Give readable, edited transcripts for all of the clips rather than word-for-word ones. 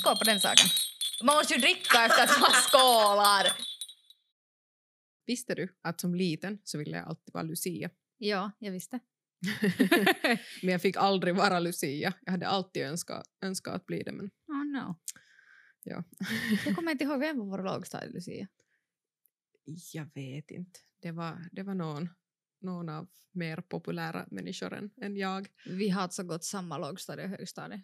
skål på den saken. Man måste ju dricka efter att man skålar. Visste du att som liten så ville jag alltid vara Lucia? Ja, jag visste. Men jag fick aldrig vara Lucia. Jag hade alltid önskat att bli det. Men Oh no. ja. Jag kommer inte ihåg vem var vår lågstadie, Lucia. Jag vet inte. Det var någon av mer populära människor än jag. Vi hade så gott samma lågstadie och högstadie.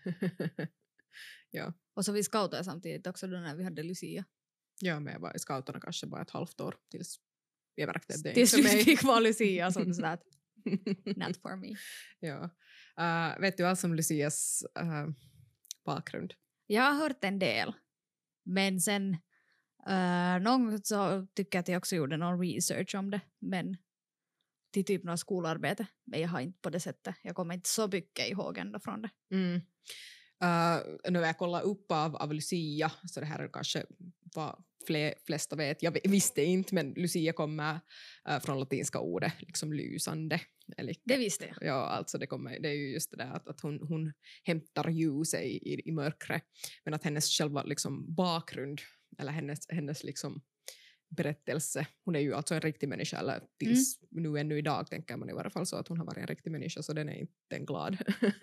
Ja. Och så vi scoutade samtidigt också då när vi hade Lucia. Ja, men jag var i scouterna kanske bara ett halvt år tills jag märkte att det Tills inte för vi mig. fick vara Lucia så sådär. Not for me. Ja. Vet du alls om Lucias bakgrund? Jag har hört en del. Men sen någon gång så tycker jag att jag också gjorde någon research om det. Men till typ något skolarbete. Men jag har inte på det sättet. Jag kommer inte så mycket ihåg ändå från det. Mm. När jag kollade upp av Lucia, så det här är kanske vad flesta vet, jag visste inte, men Lucia kommer från latinska ordet liksom lysande. Eller, Det visste jag. Ja, alltså det är ju just det där att hon hämtar ljus i mörkret, men att hennes själva liksom bakgrund eller hennes liksom berättelse, hon är ju alltså en riktig människa, eller tills nu ännu idag tänker man i varje fall så att hon har varit en riktig människa, så den är inte en glad.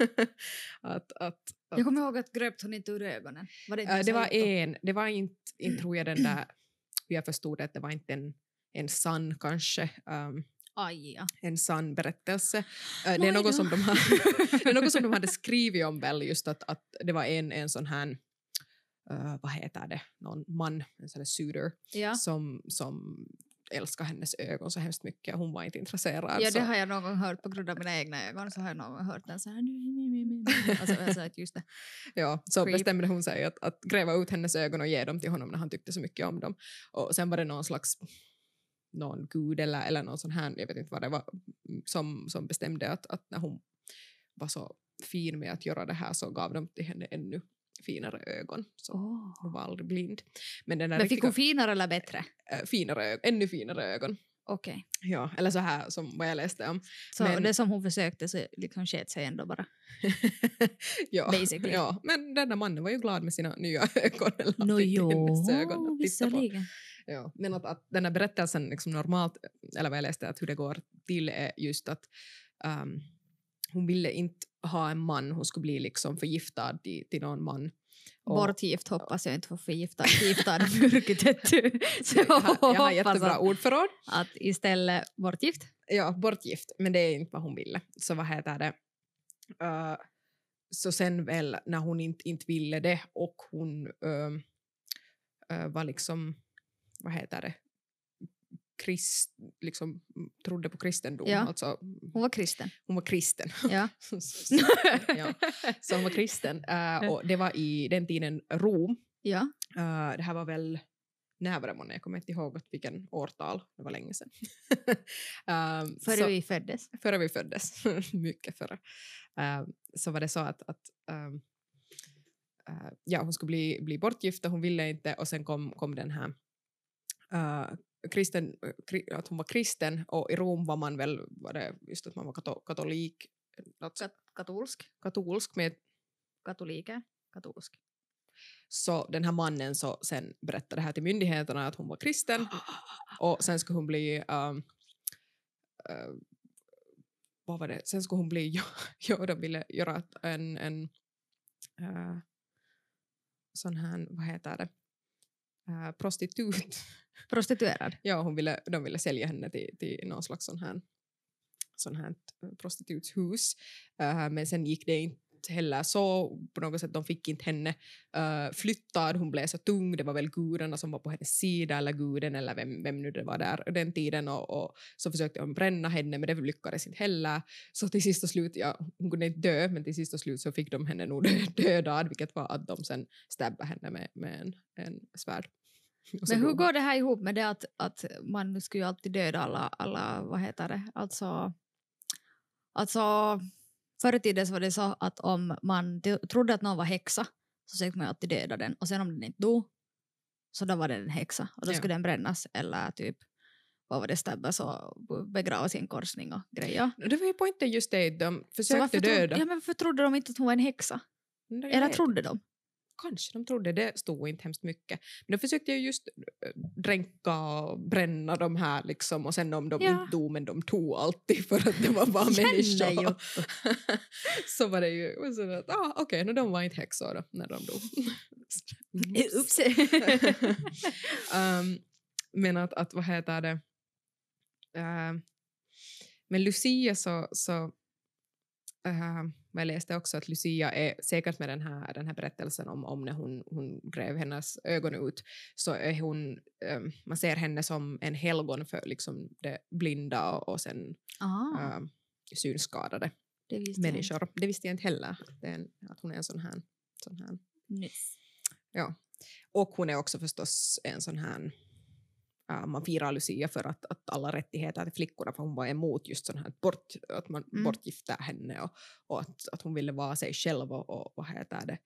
Jag kommer ihåg att gröpt hon inte ur ögonen. Var det inte det var inte tror jag den där, jag förstod att det var inte en sann kanske en sann berättelse. Det är något som det är något som de hade skrivit om väl, just att det var en sån här vad heter det, någon man, en sån här suitor, som älskar hennes ögon så hemskt mycket. Hon var inte intresserad. Ja, det har jag någon gång hört på grund av mina egna ögon, så har jag någon gång hört den så här alltså just det. Ja, så bestämde hon sig att gräva ut hennes ögon och ge dem till honom när han tyckte så mycket om dem. Och sen var det någon gud eller någon sån här, jag vet inte vad det var, som bestämde att när hon var så fin med att göra det här så gav de till henne ännu finare ögon, så hon var aldrig blind. Men fick hon finare eller bättre? Ännu finare ögon. Okej. Ja, eller så här som vad jag läste om. Så det som hon försökte så liksom sket sig ändå bara. Ja, basically. Ja, men den där mannen var ju glad med sina nya ögon. Visserligen. Ja, men att den här berättelsen liksom normalt, eller vad jag läste att hur det går till är just att hon ville inte ha en man, hon skulle bli liksom förgiftad till någon man. Bortgift hoppas jag inte får förgiftad mörkret. Jag har jättebra ordförråd. Att istället bortgift? Ja, bortgift, men det är inte vad hon ville. Så vad heter det? Så sen väl när hon inte ville det och hon var liksom, vad heter det? Liksom trodde på kristendom. Ja. Alltså, hon var kristen. Ja. Ja. Så hon var kristen. Och det var i den tiden Rom. Ja. Det här var väl, när var det månne? Jag kommer inte ihåg vilken årtal. Det var länge sedan. Före vi föddes. Före vi föddes. Mycket före. Så var det så att hon skulle bli bortgift och hon ville inte. Och sen kom den här att hon var kristen, och i Rom var man väl, var det just att man var katolik. Katolsk med katolsk. Så den här mannen så sen berättade det här till myndigheterna att hon var kristen, och sen skulle hon bli vad var det? Sen skulle hon bli de ville göra en sån här, vad heter det? Prostituerad. Ja, de ville sälja henne till någon slags sån här prostitutshus. Men sen gick det inte heller så på något sätt. De fick inte henne flyttad. Hon blev så tung. Det var väl gudarna som var på hennes sida, eller guden, eller vem nu det var där den tiden. Och så försökte de bränna henne, men det lyckades inte heller. Så till sista slut, hon kunde inte dö, men till sista slut så fick de henne nog dödad, vilket var att de sen stabbade henne med en svärd. Men hur går det här ihop med det att man skulle ju alltid döda alla vad heter det? Alltså förr i tiden var det så att om man trodde att någon var häxa så sökte man alltid döda den. Och sen om den inte dog så då var det en häxa. Och då skulle den brännas eller typ, vad var det, stabbas och begravas i en korsning och grejer. Det var ju poängen just det, de försökte döda. Men varför trodde de inte att hon var en häxa? Eller trodde de? kanske de trodde, det stod inte hemskt mycket. Men de försökte ju just dränka och bränna de här liksom, och sen om de inte dog, men de tog alltid för att det var bara människor. Så var det ju så att, okej, de var inte häxor då, när de dog. Ups. Men att vad heter det? Men Lucia så jag läste också att Lucia är säkert med den här berättelsen om när hon drev hennes ögon ut, så är hon, man ser henne som en helgon för liksom det blinda och sen synskadade människor. Det visste jag inte heller, att hon är en sån här. Yes. Ja. Och hon är också förstås en sån här, man firar Lucia för att alla rättigheter till flickorna, för hon var emot just sån här att man bortgifter henne och att hon ville vara sig själv och vad heter det,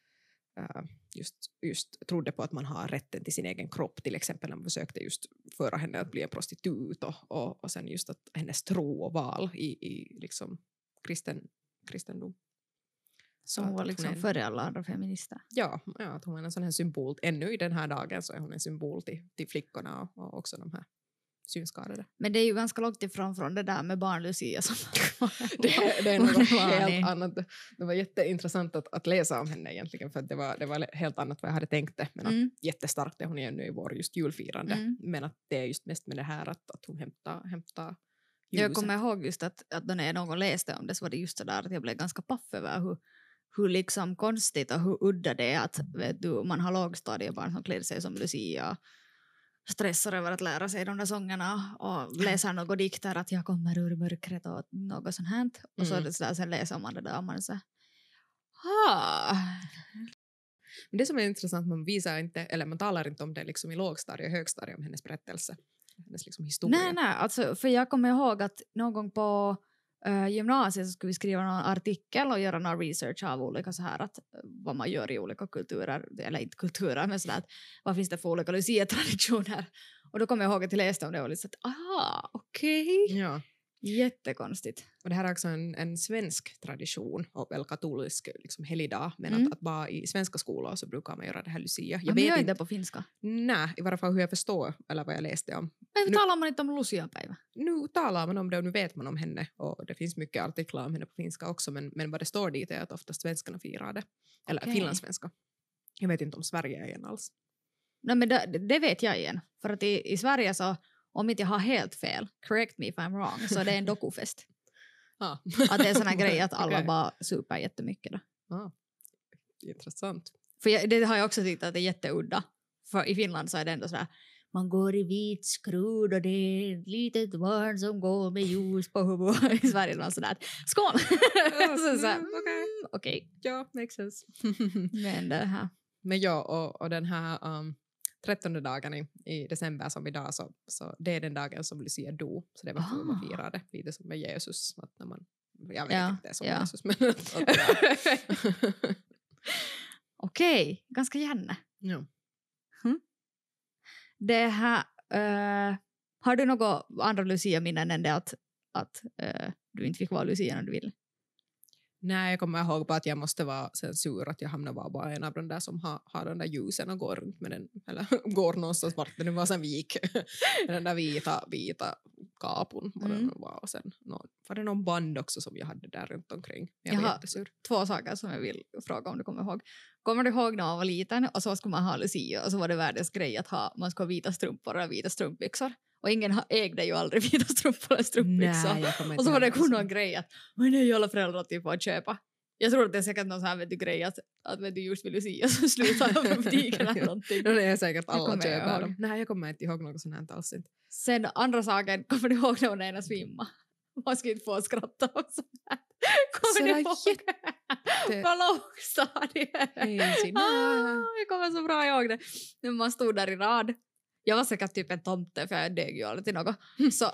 just trodde på att man har rätten till sin egen kropp, till exempel när man försökte just föra henne att bli en prostitut och sen just att hennes tro och val i liksom kristendom. Så hon var liksom före alla andra feminister. Ja, att hon är en sån här symbol. Ännu i den här dagen så är hon en symbol till flickorna och också de här synskadade. Men det är ju ganska långt ifrån från det där med barn Lucia. Det är något helt annat. Det var jätteintressant att läsa om henne egentligen, för att det var helt annat vad jag hade tänkt det. Men att jättestarkt är hon ju nu i vår just julfirande. Men att det är just mest med det här att hon hämtar ljuset. Jag kommer ihåg just att när jag någon läste om det så var det just så där att jag blev ganska paff över hur liksom konstigt och hur udda det är att vet du, man har lågstadiebarn som klär sig som Lucia, stressar över att lära sig de där sångerna och läser något dikter att jag kommer ur mörkret och något sånt här. Och så där, sen läser man det där och man säger Men det som är intressant, man visar inte, eller man talar inte om det liksom i lågstadie och högstadie om hennes berättelse, hennes liksom historia. Nej, alltså, för jag kommer ihåg att någon gång på gymnasiet så skulle vi skriva någon artikel och göra någon research av olika så här att vad man gör i olika kulturer, eller inte kulturer men sådär, vad finns det för olika Lucia-traditioner, och då kommer jag ihåg att jag läste om det och liksom att okej. Ja. Jättekonstigt. Och det här är också en svensk tradition och väl katolisk liksom helgdag, men att bara i svenska skolor så brukar man göra det här Lucia. Jag vet inte på finska. Nej, i varje fall hur jag förstår eller vad jag läste om. Men talar man inte om Lucia-päivä? Nu talar man om det och nu vet man om henne, och det finns mycket artiklar om henne på finska också, men vad det står dit är att ofta svenskarna firar det. Eller finlandssvenska. Jag vet inte om Sverige är igen alls. Nej, men det vet jag igen. För att i Sverige så, om inte jag har helt fel, correct me if I'm wrong, så det är en dokufest. Att det är sån här grej att alla bara super jättemycket då. Intressant. För det har jag också tyckt att det är jätteudda. För i Finland så är det ändå sådär, man går i vit skrud och det är ett litet barn som går med ljus på huvudet. I Sverige är det sådär, skål! Okej. Ja, makes sense. Men det här. Men ja, och den här 13:e dagen i december som idag, så det är den dagen som Lucia dog. Så det var för man firade lite som med Jesus. Att när man, jag vet inte, det är som Jesus. Men Okej, ganska gärna. Ja. Det här, har du något andra Lucia-minnen än det att du inte fick vara Lucia när du ville? Nej, jag kommer ihåg bara att jag måste vara censur, att jag hamnar bara en av de där som har den där ljusen och går runt med den, eller går någonstans vart det nu var, sen vi gick med den där vita kapon och sen var det någon band också som jag hade där runt omkring. Jag har 2 saker som jag vill fråga om du kommer ihåg. Kommer du ihåg när man var liten och så skulle man ha Lucia och så var det världens grej att man skulle ha vita strumpor och vita strumpbyxor? Och ingen ägde ju aldrig vita strumpor eller strumpbyxor. Och så var det någon grej att nej, alla föräldrar typ att köpa. Jag tror att det är säkert någon sån här grej att du just vill Lucia så slutar de butiken eller någonting. Det är säkert alla köper dem. Nej, jag kommer inte ihåg något sånt här alls inte. Sen andra saken, kommer du ihåg när hon ena svimma? Man ska inte få skratta och sånt här. Kommer du ihåg? På lågstadiet. Jag kommer så bra ihåg det. När man stod där i rad. Jag var säkert typ en tomte för jag dög ju aldrig till något. Så.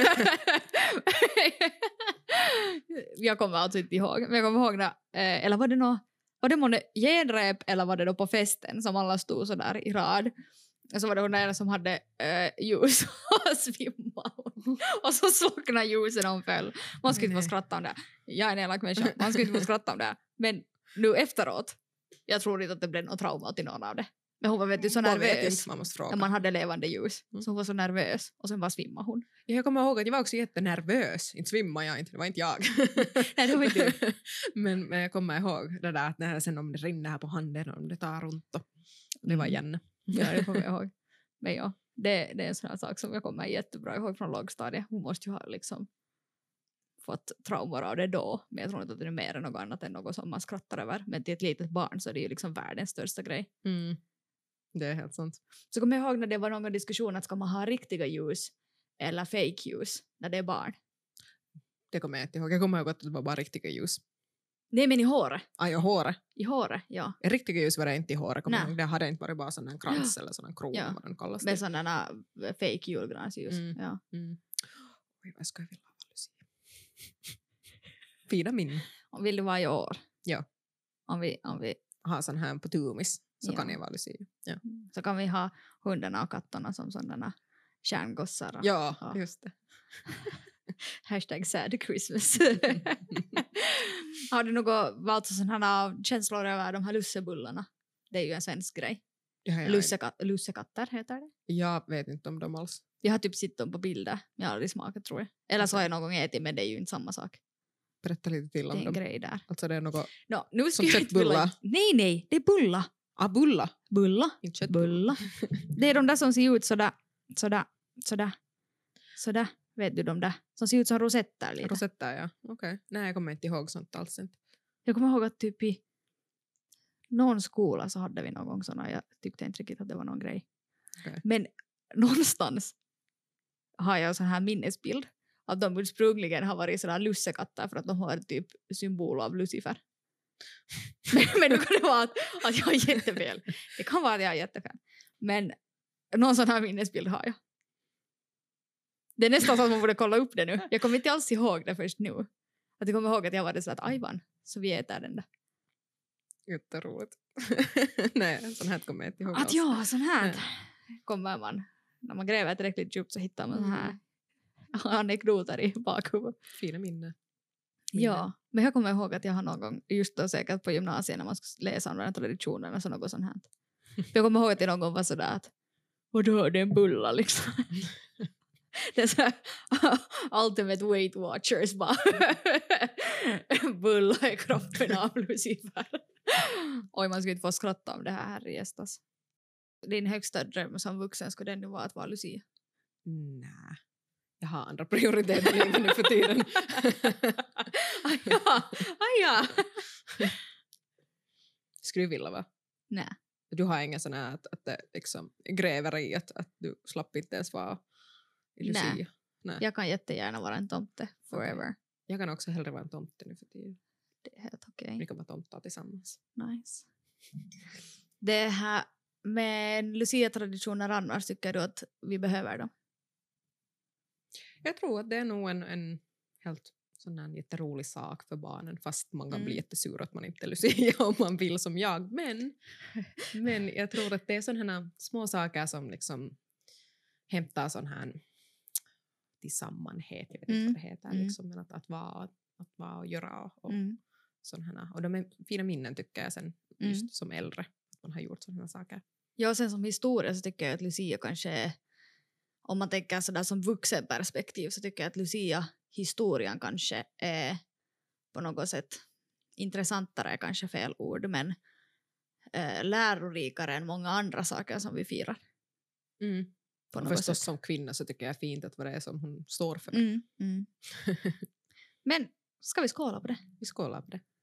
Jag kommer alltså inte ihåg. Men jag kommer ihåg när, eller var det månne genrep eller var det då på festen som alla stod så där i rad. Och så var det hon där som hade ljus och svimmade. Och så slocknade ljusen och hon föll. Man skulle inte få skratta om det. Jag är en elak människa. Man skulle inte få skratta om det. Men nu efteråt Jag tror inte att det blev något trauma till någon av det. Men hon var vet du, så Man vet nervös. inte, man måste fråga. När man hade levande ljus. Så hon var så nervös. Och sen bara svimmade hon. Ja, jag kommer ihåg att jag var också jättenervös. Inte svimmade jag inte, det var inte jag. Nej, det var inte du. men jag kommer ihåg det där att när sen om det rinner här på handen och om det tar runt och det var Janne. Ja, det kommer jag ihåg. Men ja, det är en sån här sak som jag kommer jättebra ihåg från lågstadiet. Hon måste ju ha liksom fått traumor av det då. Men jag tror inte att det är mer än något annat än något som man skrattar över. Men till ett litet barn så är det ju liksom världens största grej. Mm. Det är helt sant. Så kommer jag ihåg när det var någon diskussion att ska man ha riktiga ljus eller fake ljus när det är barn. Det kommer jag inte ihåg. Jag kommer ihåg att det var bara riktiga ljus. Nej, men i håret. Aj, och håret. I håret, ja. Riktiga ljus var det inte i håret. Kommer Nej. jag ihåg. Det hade inte varit bara sån en krans eller sån en krona. Ja. Vad den kallas Med det. sådana fake julgransljus. Mm. Ja. Mm. Oj, vad ska jag vilja ha Lucia? Fina min. Och vill du vara i år? Ja. Om vi Ha sån här på tumis så Ja. kan jag vara Lucia. Ja, så kan vi ha hundarna och katterna som sådana kärngossar. Och ja, just det. Hashtag sad Christmas. Har du något valt sådana känslor över de här lussebullarna? Det är ju en svensk grej. Det har jag, Lussekatter heter det. jag vet inte om dem alls. Jag har typ sett dem på bilder. Jag har aldrig smakat tror jag. Eller så har jag någon gång ätit men det är ju inte samma sak. Berätta lite till Det är om en dem. grej där. Alltså det är något... No, nu ska Som jag inte vilja- köttbullar? Nej, det är bulla. Ah, bulla. Bulla. Inte köttbullar. Bulla. Det är de där som ser ut sådär. Vet du de där? Som ser ut som rosetter lite. Rosetter, ja. Okej. Nej, jag kommer inte ihåg sånt alls inte. Jag kommer ihåg att typ i någon skola så hade vi någon gång såna. Jag tyckte inte riktigt att det var någon grej. Okej. Men någonstans har jag en sån här minnesbild att de ursprungligen har varit sådana lussekatter för att de har typ symbol av Lucifer. men då kan det vara att jag har jättefel. Det kan vara att jag har jättefel. Men någon sån här minnesbild har jag. Det är nästan så att man borde kolla upp det nu. Jag kommer inte alls ihåg det först nu. Att jag kommer ihåg att jag var det så att ajvan, så vi äter den där. Jätteroligt. Nej, sån här kommer jag inte ihåg Att alls. ja, sån här kommer man. När man gräver tillräckligt djupt så hittar man sån här anekdoter i bakhuvudet. Fina minnen. Ja, men jag kommer ihåg att jag har någon gång, just då säkert på gymnasiet när man skulle läsa om den här traditionen och så något sånt här. För jag kommer ihåg att jag någon gång var sådär att vadå, det är en bulla liksom. Det är såhär ultimate weight watchers bara bulla i kroppen av Lucifer. Oj, man skulle inte få skratta om det här gästas. Din högsta dröm som vuxen skulle den nu vara att vara Lucia? Nej. Jag har andra prioriteter i livet nu för tiden. Ja. Skulle du vilja, va? Nej. Du har ingen sån här att det liksom gräver i att du slapp inte ens vara i Lucia? Nej. Jag kan jättegärna vara en tomte forever. Jag kan också hellre vara en tomte nu för tiden. Det är helt okej. Vi kan vara tomtar tillsammans. Nice. Det här med Lucia-traditioner annars, tycker du att vi behöver dem? Jag tror att det är nog en helt sån här jätterolig sak för barnen, fast man kan bli jättesur att man inte är Lucia om man vill som jag. Men jag tror att det är sådana här små saker som liksom hämtar sån här tillsammanhet, jag vet inte vad det heter, liksom, men att vara och göra och sån här. Och de är fina minnen tycker jag sen just som äldre, att man har gjort sådana här saker. Ja, och sen som historia så tycker jag att Lucia kanske är, om man tänker sådär som vuxenperspektiv så tycker jag att Lucia-historien kanske är på något sätt intressantare, är kanske fel ord, men lärorikare än många andra saker som vi firar. På något Förstås sätt. som kvinna så tycker jag är fint att vad det är som hon står för. Men ska vi skåla på det? Vi skålar på det.